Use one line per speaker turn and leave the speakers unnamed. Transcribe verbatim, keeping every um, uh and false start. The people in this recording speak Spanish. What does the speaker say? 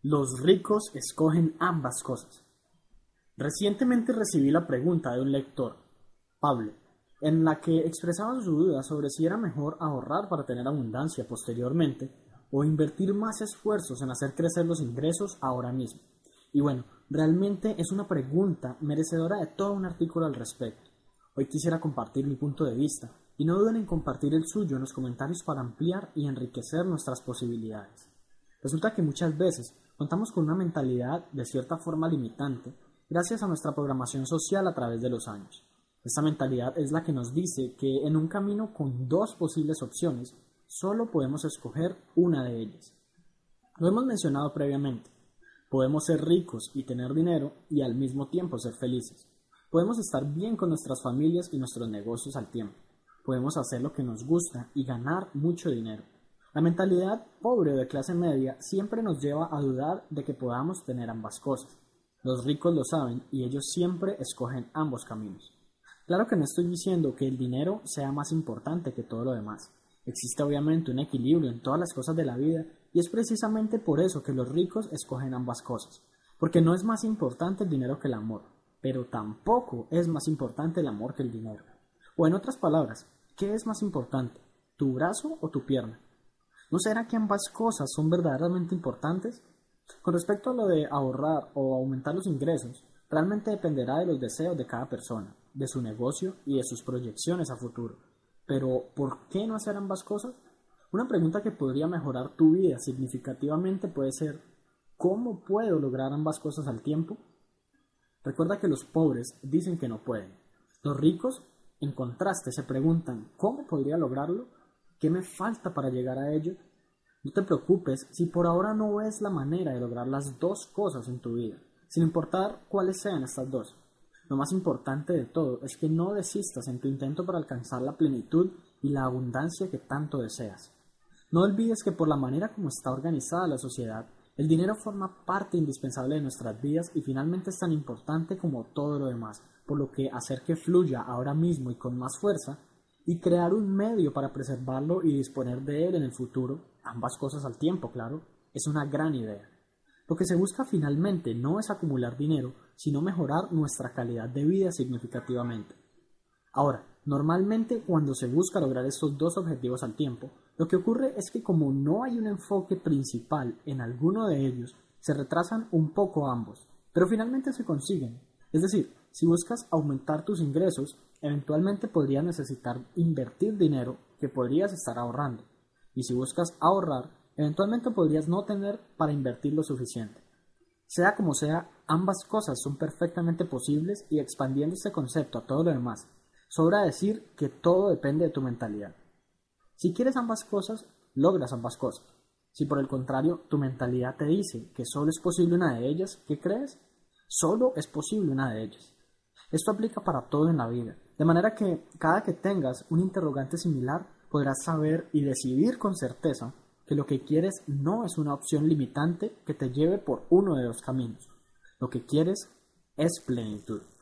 Los ricos escogen ambas cosas. Recientemente recibí la pregunta de un lector, Pablo, en la que expresaba su duda sobre si era mejor ahorrar para tener abundancia posteriormente o invertir más esfuerzos en hacer crecer los ingresos ahora mismo. Y bueno, realmente es una pregunta merecedora de todo un artículo al respecto. Hoy quisiera compartir mi punto de vista y no duden en compartir el suyo en los comentarios para ampliar y enriquecer nuestras posibilidades. Resulta que muchas veces contamos con una mentalidad de cierta forma limitante gracias a nuestra programación social a través de los años. Esta mentalidad es la que nos dice que en un camino con dos posibles opciones, solo podemos escoger una de ellas. Lo hemos mencionado previamente. Podemos ser ricos y tener dinero y al mismo tiempo ser felices. Podemos estar bien con nuestras familias y nuestros negocios al tiempo. Podemos hacer lo que nos gusta y ganar mucho dinero. La mentalidad pobre o de clase media siempre nos lleva a dudar de que podamos tener ambas cosas. Los ricos lo saben y ellos siempre escogen ambos caminos. Claro que no estoy diciendo que el dinero sea más importante que todo lo demás. Existe obviamente un equilibrio en todas las cosas de la vida y es precisamente por eso que los ricos escogen ambas cosas. Porque no es más importante el dinero que el amor, pero tampoco es más importante el amor que el dinero. O en otras palabras, ¿qué es más importante? ¿Tu brazo o tu pierna? ¿No será que ambas cosas son verdaderamente importantes? Con respecto a lo de ahorrar o aumentar los ingresos, realmente dependerá de los deseos de cada persona, de su negocio y de sus proyecciones a futuro. Pero, ¿por qué no hacer ambas cosas? Una pregunta que podría mejorar tu vida significativamente puede ser, ¿cómo puedo lograr ambas cosas al tiempo? Recuerda que los pobres dicen que no pueden. Los ricos, en contraste, se preguntan, ¿cómo podría lograrlo? ¿Qué me falta para llegar a ello? No te preocupes si por ahora no ves la manera de lograr las dos cosas en tu vida, sin importar cuáles sean estas dos. Lo más importante de todo es que no desistas en tu intento para alcanzar la plenitud y la abundancia que tanto deseas. No olvides que por la manera como está organizada la sociedad, el dinero forma parte indispensable de nuestras vidas y finalmente es tan importante como todo lo demás, por lo que hacer que fluya ahora mismo y con más fuerza, y crear un medio para preservarlo y disponer de él en el futuro, ambas cosas al tiempo, claro, es una gran idea. Lo que se busca finalmente no es acumular dinero, sino mejorar nuestra calidad de vida significativamente. Ahora, normalmente cuando se busca lograr estos dos objetivos al tiempo, lo que ocurre es que como no hay un enfoque principal en alguno de ellos, se retrasan un poco ambos, pero finalmente se consiguen. Es decir, si buscas aumentar tus ingresos, eventualmente podrías necesitar invertir dinero que podrías estar ahorrando. Y si buscas ahorrar, eventualmente podrías no tener para invertir lo suficiente. Sea como sea, ambas cosas son perfectamente posibles y expandiendo este concepto a todo lo demás, sobra decir que todo depende de tu mentalidad. Si quieres ambas cosas, logras ambas cosas. Si por el contrario tu mentalidad te dice que solo es posible una de ellas, ¿qué crees? Solo es posible una de ellas. Esto aplica para todo en la vida, de manera que cada que tengas un interrogante similar podrás saber y decidir con certeza que lo que quieres no es una opción limitante que te lleve por uno de los caminos. Lo que quieres es plenitud.